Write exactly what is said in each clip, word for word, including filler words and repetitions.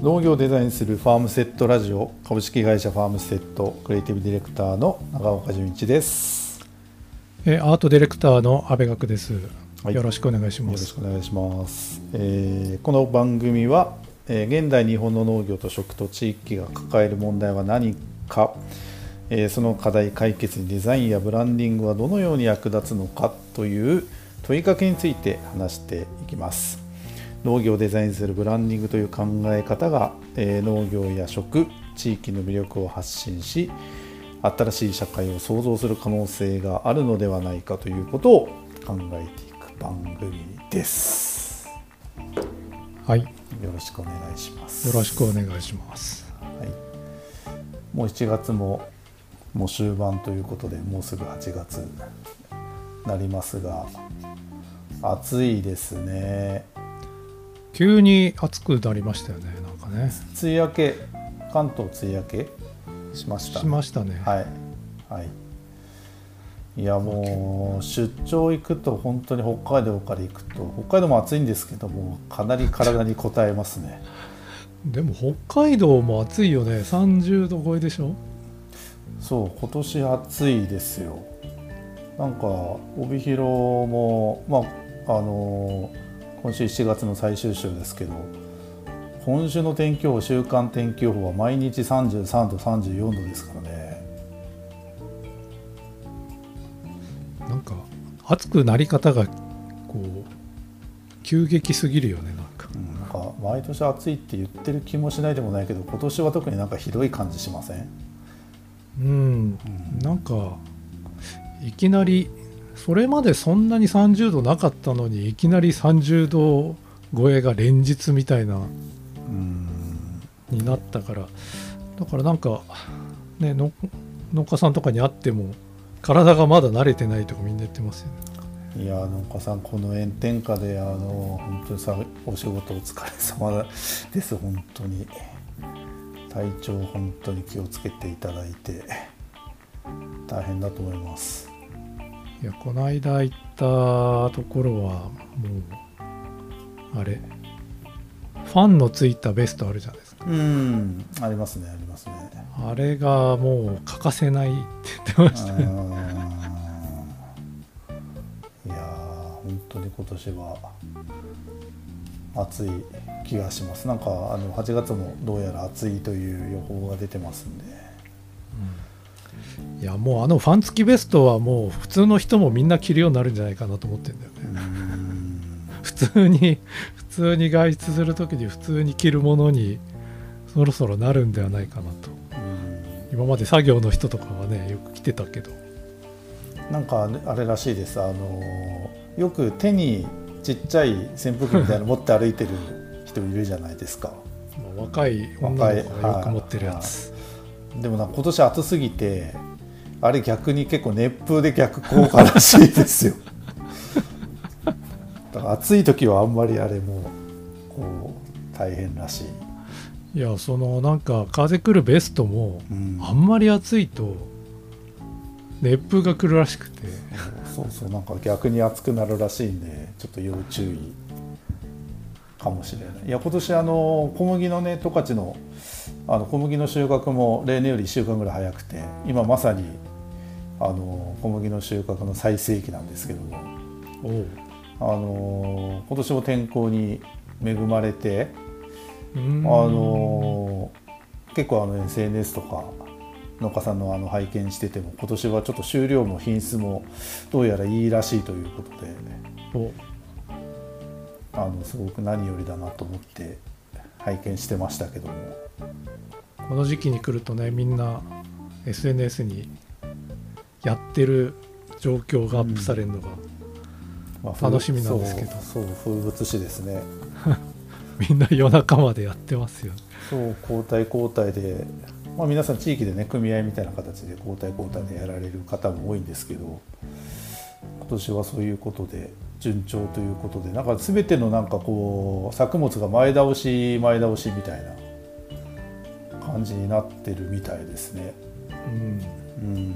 農業をデザインするファームセットラジオ株式会社ファームセットクリエイティブディレクターの長岡純一です。 えアートディレクターの阿部学です、 はい、 よろしくお願いします。 よろしくお願いします。えー、この番組は、えー、現代日本の農業と食と地域が抱える問題は何か、えー、その課題解決にデザインやブランディングはどのように役立つのかという問いかけについて話していきます。農業をデザインするブランディングという考え方が、えー、農業や食、地域の魅力を発信し、新しい社会を創造する可能性があるのではないかということを考えていく番組です。 はい、よろしくお願いします。 よろしくお願いします。 はい、もうしちがつももう終盤ということで、もうすぐはちがつになりますが、暑いですね。 急に暑くなりましたよね。なんかね、 梅雨明け、関東梅雨明けしました、 しましたね。 はい、はい、いやもう出張行くと本当に北海道から行くと、北海道も暑いんですけども、かなり体に応えますね。 でも北海道も暑いよね。さんじゅうど超えでしょ。 そう、今年暑いですよ。なんか帯広もまああの今週しちがつの最終週ですけど、今週の天気予報、週間天気予報は毎日さんじゅうさんど、さんじゅうよんどですからね。 なんか暑くなり方がこう急激すぎるよね。なんか、 うん、なんか毎年暑いって言ってる気もしないでもないけど、今年は特になんかひどい感じしません？ うん、うん、なんかいきなりそれまでそんなにさんじゅうどなかったのに、いきなりさんじゅうど超えが連日みたいなになったから、だからなんかね、の農家さんとかに会っても体がまだ慣れてないとかみんな言ってますよね。 いや農家さん、この炎天下であの本当にさお仕事お疲れ様です。本当に体調本当に気をつけていただいて大変だと思います。 いや、この間行ったところはもうあれファンのついたベストあるじゃないですか。 うん、ありますね、ありますね。 あれがもう欠かせないって言ってましたね。 いや本当に今年は暑い気がします。なんかあのはちがつもどうやら暑いという予報が出てますんで、 うん、いやもうあのファン付きベストはもう普通の人もみんな着るようになるんじゃないかなと思ってるんだよね。うん普通に普通に外出するときに普通に着るものにそろそろなるんではないかなと。今まで作業の人とかはねよく着てたけど、 なんかあれらしいです。あのよく手にちっちゃい扇風機みたいなの持って歩いてる人いるじゃないですか。 まあ若い女の子がよく持ってるやつ。 でもなんか今年暑すぎて、あれ逆に結構熱風で逆効果らしいですよ。だから暑い時はあんまりあれもこう大変らしい。 いや、そのなんか風来るベストも、うん、あんまり暑いと熱風が来るらしくて、 そうそう、なんか逆に暑くなるらしいんで、ちょっと要注意かもしれない。いや今年あの小麦のね、十勝のあの小麦の収穫も例年よりいっしゅうかんぐらい早くて、今まさにあの小麦の収穫の最盛期なんですけども、おあの今年も天候に恵まれて、あの結構あの エスエヌエス とか農家さんのあの拝見してても、今年はちょっと収量も品質もどうやらいいらしいということで、ね、あのすごく何よりだなと思って拝見してましたけども、 この時期に来るとね、みんな エスエヌエス にやってる状況がアップされるのが楽しみなんですけど、 うんまあ、そう、そう風物詩ですね。 みんな夜中までやってますよ。 そう交代交代で、まあ、皆さん地域でね組合みたいな形で交代交代でやられる方も多いんですけど、今年はそういうことで順調ということで、なんか全てのなんかこう作物が前倒し前倒しみたいな感じになってるみたいですね。うん、うん、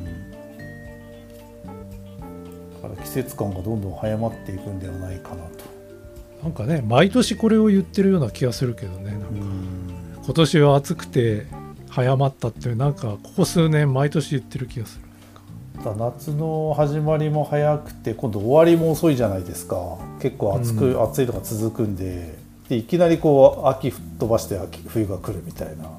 だから季節感がどんどん早まっていくんではないかなと。 なんかね、毎年これを言ってるような気がするけどね、なんか今今年は暑くて早まったってなんかここ数年毎年言ってる気がする。 夏の始まりも早くて今度終わりも遅いじゃないですか。結構暑く、うん、暑いのが続くん で, でいきなりこう秋吹っ飛ばして秋冬が来るみたいな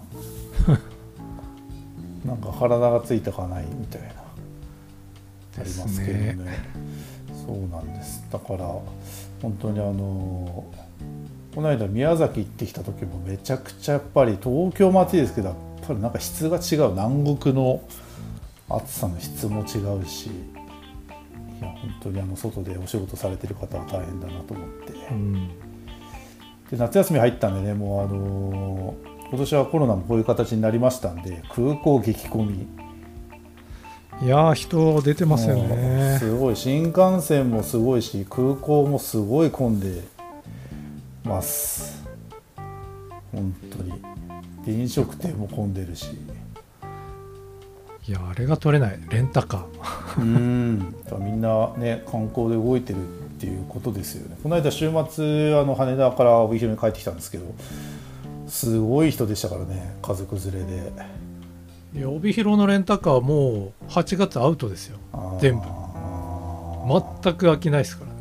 なんか体がついてかないみたいなありますけど ね, ねそうなんです。だから本当にあのこの間宮崎行ってきた時もめちゃくちゃやっぱり東京も暑いですけどやっぱりなんか質が違う。南国の暑さの質も違うし、いや本当にあの外でお仕事されてる方は大変だなと思って、うん、で夏休み入ったんでね、もうあの今年はコロナもこういう形になりましたんで空港激混み。 いやー人出てますよね。 すごい、新幹線もすごいし空港もすごい混んでます本当に。で飲食店も混んでるし、 いやあれが取れないレンタカーうんみんなね観光で動いてるっていうことですよね。この間週末あの羽田から帯広に帰ってきたんですけどすごい人でしたからね、家族連れで。 いや帯広のレンタカーはもうはちがつアウトですよ全部。全く空きないですからね。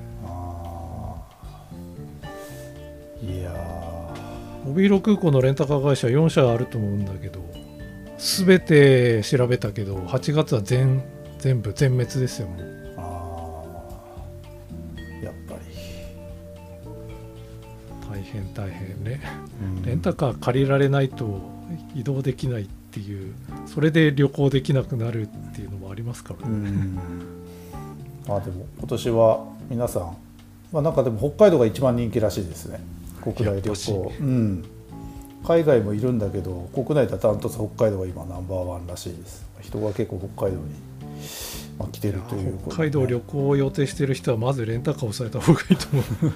いや帯広空港のレンタカー会社よんしゃあると思うんだけど全て調べたけどはちがつは 全, 全部全滅ですよもう。 あやっぱり大変大変ね、うん、レンタカー借りられないと移動できないっていう、それで旅行できなくなるっていうのもありますからね。うんまあでも今年は皆さん、まあ、なんかでも北海道が一番人気らしいですね国内旅行。うん海外もいるんだけど国内ではダントツ北海道が今ナンバーワンらしいです。人が結構北海道に、まあ、来てるということで、ね、 北海道旅行を予定している人はまずレンタカーをされた方がいいと思うそう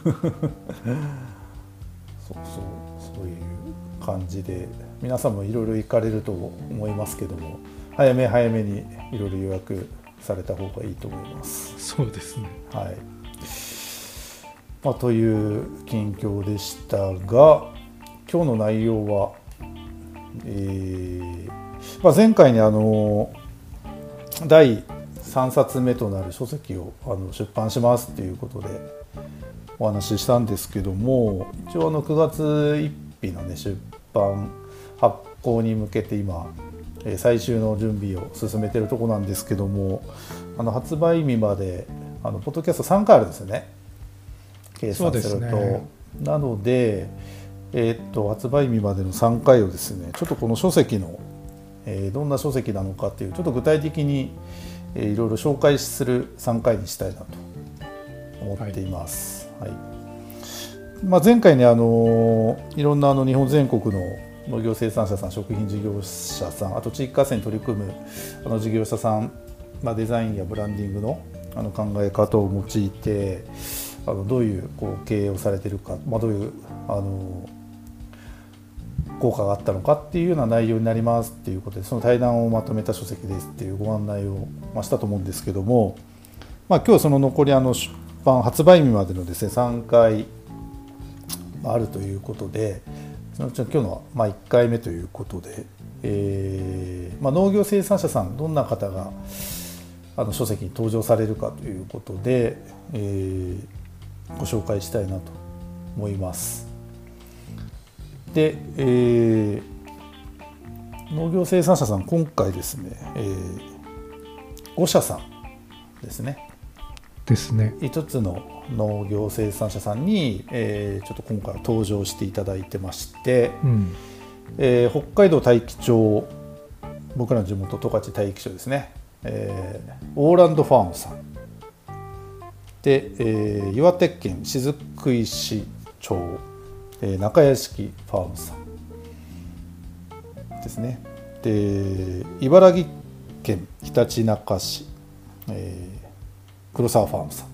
そうそういう感じで皆さんもいろいろ行かれると思いますけども早め早めにいろいろ予約された方がいいと思います。 そうですね、 はいまあ、という近況でしたが今日の内容は、えーまあ、前回にあのだいさんさつめとなる書籍をあの出版しますということでお話ししたんですけども、一応あのくがつついたちの、ね、出版発行に向けて今最終の準備を進めているところなんですけども、あの発売日まであのポッドキャストさんかいあるんですよね計算すると。そうですね、なのでえー、っと発売日までのさんかいをですねちょっとこの書籍の、えー、どんな書籍なのかっていうちょっと具体的に、えー、いろいろ紹介するさんかいにしたいなと思っています。はいはいまあ、前回ねあのいろんなあの日本全国の農業生産者さん、食品事業者さん、あと地域活性に取り組むあの事業者さん、まあ、デザインやブランディングのあの考え方を用いてあのどういうこう経営をされているか、まあ、どういうあの効果があったのかっていうような内容になりますっていうことで、その対談をまとめた書籍ですっていうご案内をしたと思うんですけども、まあ、今日その残りあの出版発売日までのですねさんかいあるということで、そのうちの今日のまあいっかいめということで、えーまあ、農業生産者さんどんな方があの書籍に登場されるかということで、えー、ご紹介したいなと思います。で、えー、農業生産者さん今回ですね、えー、ごしゃさんですねですねいつつの農業生産者さんに、えー、ちょっと今回は登場していただいてまして、うんえー、北海道大樹町、僕らの地元十勝大樹町ですね、えー、オーランドファームさんで、えー、岩手県雫石町中屋敷ファームさんですね。で茨城県ひたちなか市、えー、黒沢ファームさん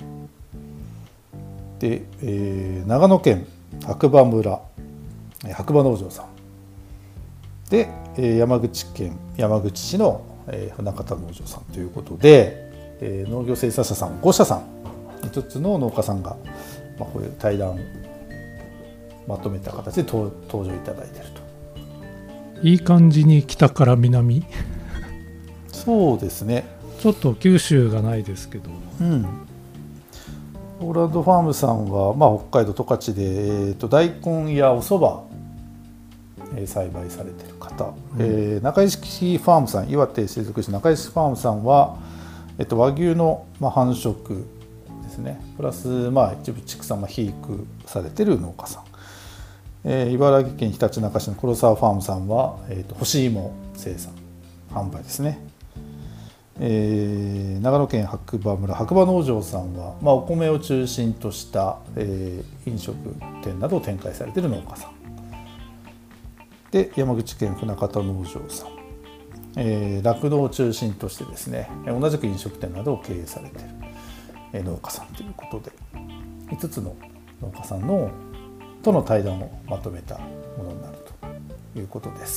で、えー、長野県白馬村白馬農場さんで、えー、山口県山口市の、えー、船方農場さんということで、えー、農業生産者さんごしゃさんいつつの農家さんが、まあ、こういう対談まとめた形で登場いただいているいい感じに北から南そうですね。 ちょっと九州がないですけど、 うん、オーランドファームさんは、まあ、北海道十勝で、えー、と大根やおそば、えー、栽培されている方、うんえー、中石ファームさん、岩手製属市中石ファームさんは、えー、と和牛の、まあ、繁殖ですね、プラス、まあ、一部畜産、まあ、肥育されている農家さん、えー、茨城県ひたちなか市の黒沢ファームさんは、えー、と干し芋生産販売ですね。えー、長野県白馬村白馬農場さんは、まあ、お米を中心とした、えー、飲食店などを展開されている農家さんで、山口県船形農場さん、えー、酪農を中心としてですね、同じく飲食店などを経営されている、えー、農家さんということで、いつつの農家さんのとの対談をまとめたものになるということです。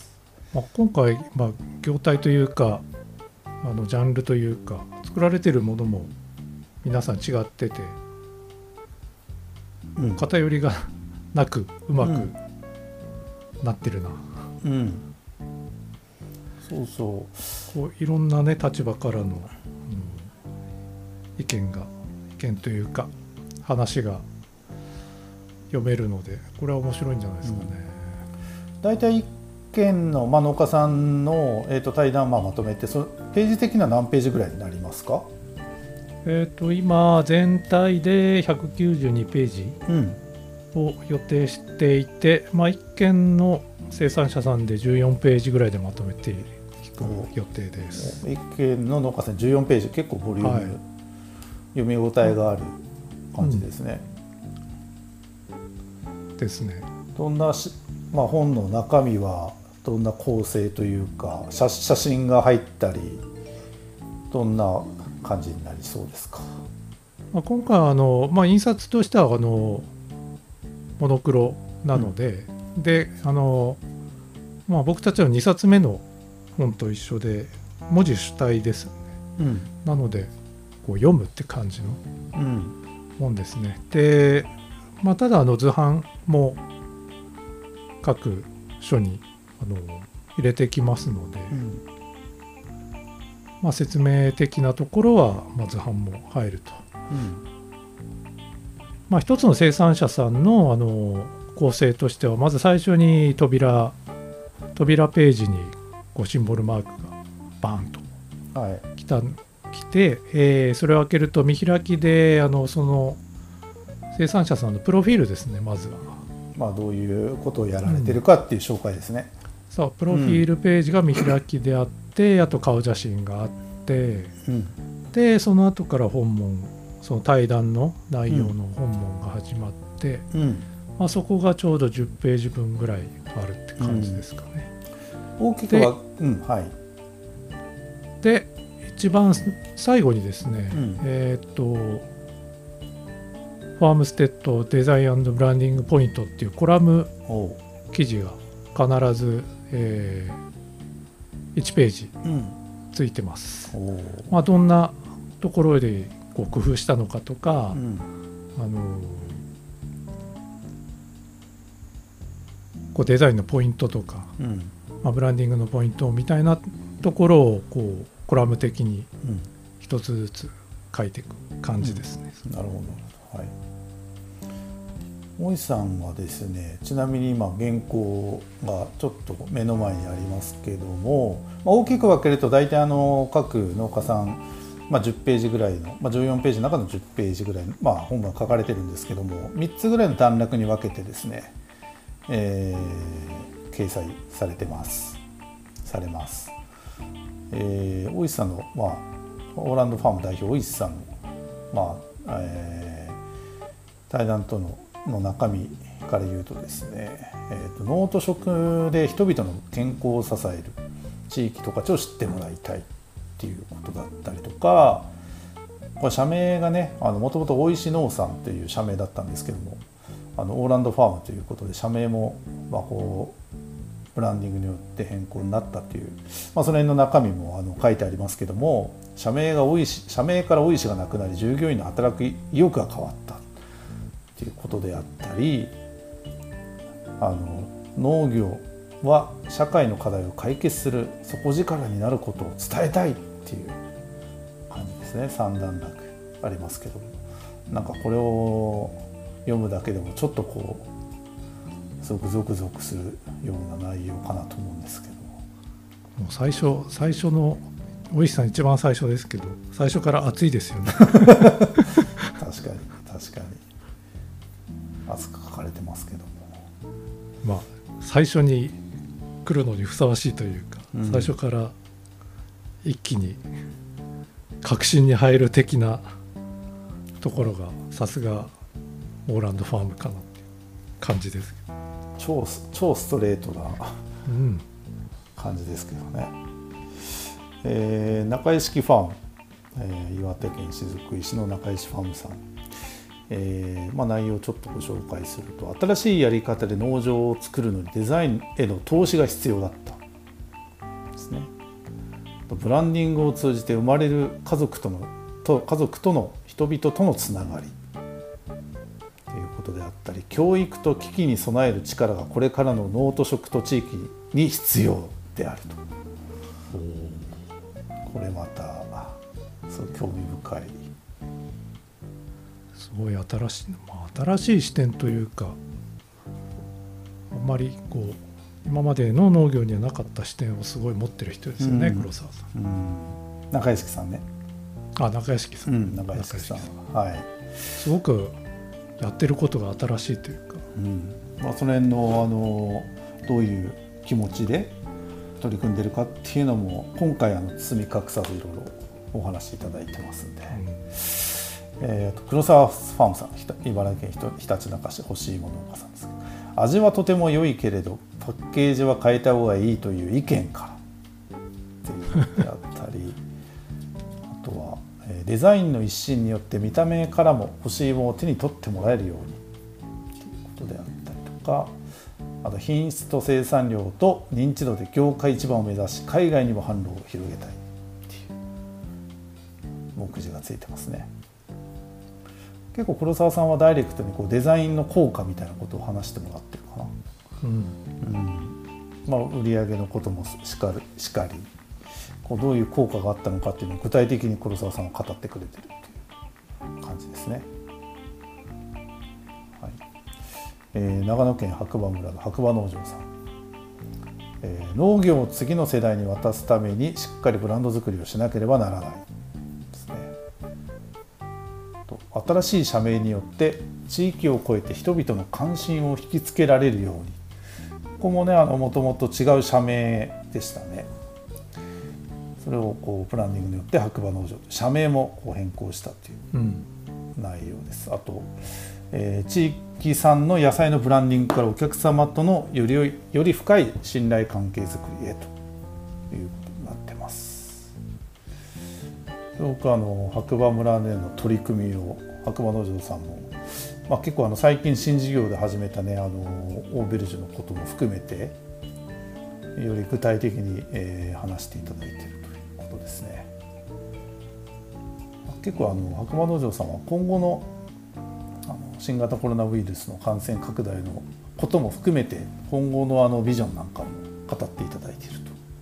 まあ、今回、まあ、業態というかあのジャンルというか作られているものも皆さん違ってて、うん、偏りがなくうまくなってるな、 うんうん、そうそうこういろんなね立場からの、うん、意見が意見というか話が読めるので、これは面白いんじゃないですかね。 うん、だいたい県の、まあ、農家さんの、えー、と対談をまとめて、そページ的には何ページぐらいになりますか？ えー、と今全体でひゃくきゅうじゅうにページを予定していて、うん、まあ、いっ軒の生産者さんでじゅうよんページぐらいでまとめていく予定です。 いっ軒の農家さんじゅうよんページ、結構ボリューム、はい、読み応えがある感じですね。 うん、ですね。 どんなし、まあ、本の中身はどんな構成というか、 写, 写真が入ったりどんな感じになりそうですか？ まあ、今回あの、まあ、印刷としてはあのモノクロなので、うん、であの、まあ、僕たちのにさつめの本と一緒で文字主体ですよね。うん、なのでこう読むって感じの本ですね。で、まあ、ただあの図版も各書にあの入れてきますので、うん、まあ、説明的なところは、まあ、図版も入ると、うん、まあ、一つの生産者さんの、あの構成としては、まず最初に扉扉ページにこうシンボルマークがバーンと来た、はい、来て、えー、それを開けると見開きであのその生産者さんのプロフィールですね。まずは、まあ、 どういうことをやられてるかっていう紹介ですね。 うん、そうプロフィールページが見開きであって、うん、あと顔写真があって、うん、でその後から本文、その対談の内容の本文が始まって、うん、まあ、そこがちょうどじゅっページ分ぐらいあるって感じですかね。 うん、大きくは、うんはい、 で一番最後にですね、うん、えー、っとファームステッドデザイン&ブランディングポイントっていうコラム記事が必ず、えー、いちページついてます。うん、まあ、どんなところでこう工夫したのかとか、うん、あのこうデザインのポイントとか、うん、まあ、ブランディングのポイントみたいなところをこうコラム的に一つずつ書いていく感じですね。 うん、なるほど、はい。大石さんはですね、ちなみに今原稿がちょっと目の前にありますけども、まあ、大きく分けると大体あの各農家さん、まあ、じゅっページぐらいの、まあ、じゅうよんページの中のじゅっページぐらいの、まあ、本文が書かれてるんですけども、みっつぐらいの段落に分けてですね、えー、掲載されてますされます。えー、大石さんの、まあ、オーランドファーム代表大石さんの、まあえー、対談とのの中身から言うとですね、えーと、農と食で人々の健康を支える地域十勝を知ってもらいたいっていうことだったりとか、これ社名がね、もともと大石農産という社名だったんですけども、あのオーランドファームということで社名も、まあ、こうブランディングによって変更になったという、まあ、その辺の中身もあの書いてありますけども、社名が大石社名から大石がなくなり従業員の働く意欲が変わったということであったり、あの農業は社会の課題を解決する底力になることを伝えたいっていう感じですね。三段落ありますけども、なんかこれを読むだけでもちょっとこうすごくゾクゾクするような内容かなと思うんですけども、 もう最初最初のお石さん一番最初ですけど、最初から熱いですよね確かに確かに熱く書かれてますけども、 まあ最初に来るのにふさわしいというか、うん、最初から一気に確信に入る的なところがさすがオーランドファームかなっていう感じです。 超, 超ストレートな感じですけどね、えー、中井式ファーム、えー、岩手県雫石の中井式ファームさん、えーまあ、内容をちょっとご紹介すると、新しいやり方で農場を作るのにデザインへの投資が必要だったですね。ブランディングを通じて生まれる家族とのと家族との人々とのつながりということであったり、教育と危機に備える力がこれからの農と食と地域に必要であると。これまたそう興味深い、 すごい新しい、まあ、新しい視点というか、あんまりこう今までの農業にはなかった視点をすごい持ってる人ですよね、うん、黒沢さん、うん、 中屋敷さんね。 あ、中屋敷さん、うん、 中屋敷さん、はい、 すごくやってることが新しいというか、 うんまあ、その辺の、あのどういう気持ちで取り組んでるかっていうのも今回あの包み隠さずいろいろお話しいただいてますんで、うん、えー、と黒沢ファームさん、茨城県ひたちなか市干し芋農家さんですけど、味はとても良いけれどパッケージは変えた方がいいという意見からっていうのであったりあとはデザインの一新によって見た目からも干し芋を手に取ってもらえるようにということであったりとか、あと品質と生産量と認知度で業界一番を目指し海外にも販路を広げたいっていう目次がついてますね。結構黒沢さんはダイレクトにこうデザインの効果みたいなことを話してもらってるかな、うんうんまあ、売上のこともしかり、しかりこうどういう効果があったのかっていうのを具体的に黒沢さんは語ってくれてるっていう感じですね。はい、えー、長野県白馬村の白馬農場さん、えー、農業を次の世代に渡すためにしっかりブランド作りをしなければならないですね。と新しい社名によって地域を超えて人々の関心を引きつけられるように、ここもね、もともと違う社名でしたね。それをこうプランニングによって白馬農場社名もこう変更したという内容です。あと、えー、地域産の野菜のブランディングからお客様とのよりより深い信頼関係づくりへということになってます。すごくあの白馬村での取り組みを白馬農場さんも、まあ、結構あの最近新事業で始めたね、あのオーベルジュのことも含めてより具体的に、えー、話していただいているということですね。結構あの白馬農場さんは今後の、あの新型コロナウイルスの感染拡大のことも含めて今後のあのビジョンなんかも語っていただいている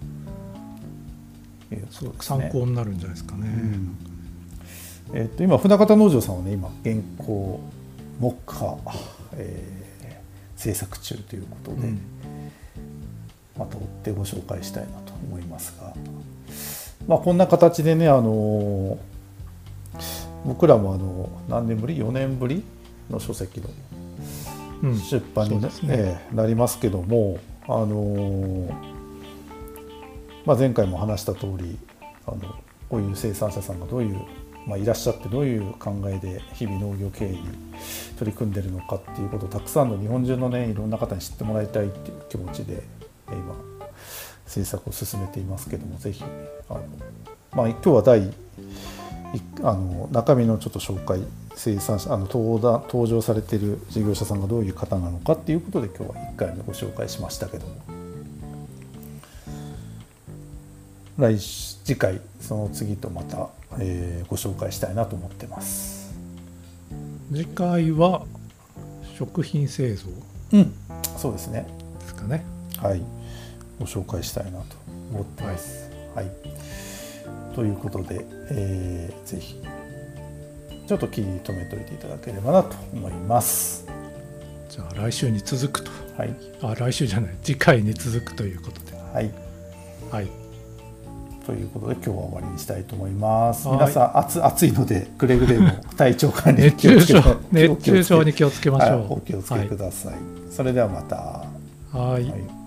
ということですね。 参考になるんじゃないですかね。うんえー、と今船形農場さんはね、今現行目下、えー、制作中ということで、うん、また追ってご紹介したいなと思いますが、まあ、こんな形でね、あの僕らもあの何年ぶりよねんぶりの書籍の出版に、うんねえー、なりますけども、あの、まあ、前回も話した通り、あのこういう生産者さんがどういう、まあ、いらっしゃってどういう考えで日々農業経営に取り組んでいるのかっていうことをたくさんの日本中のね、いろんな方に知ってもらいたいっていう気持ちで今制作を進めていますけども、ぜひあの、まあ、今日は第あの中身のちょっと紹介、生産者あの登壇登場されている事業者さんがどういう方なのかっていうことで今日はいっかいめご紹介しましたけども、来次回その次とまた、えー、ご紹介したいなと思ってます。 次回は食品製造、 うん、そうですね。 ですかね。 はい。 ご紹介したいなと思ってます。はい、はい、ということで、えー、ぜひちょっと気に留めておいていただければなと思います。 じゃあ来週に続くと、 はい、 あ来週じゃない次回に続くということで、 はい、 はい、 ということで今日は終わりにしたいと思います。皆さん 暑, 暑いのでくれぐれも体調管理に気をつけ熱中症に気をつけましょう。 はい、お気をつけください。はい、それではまた。 はい。 はい。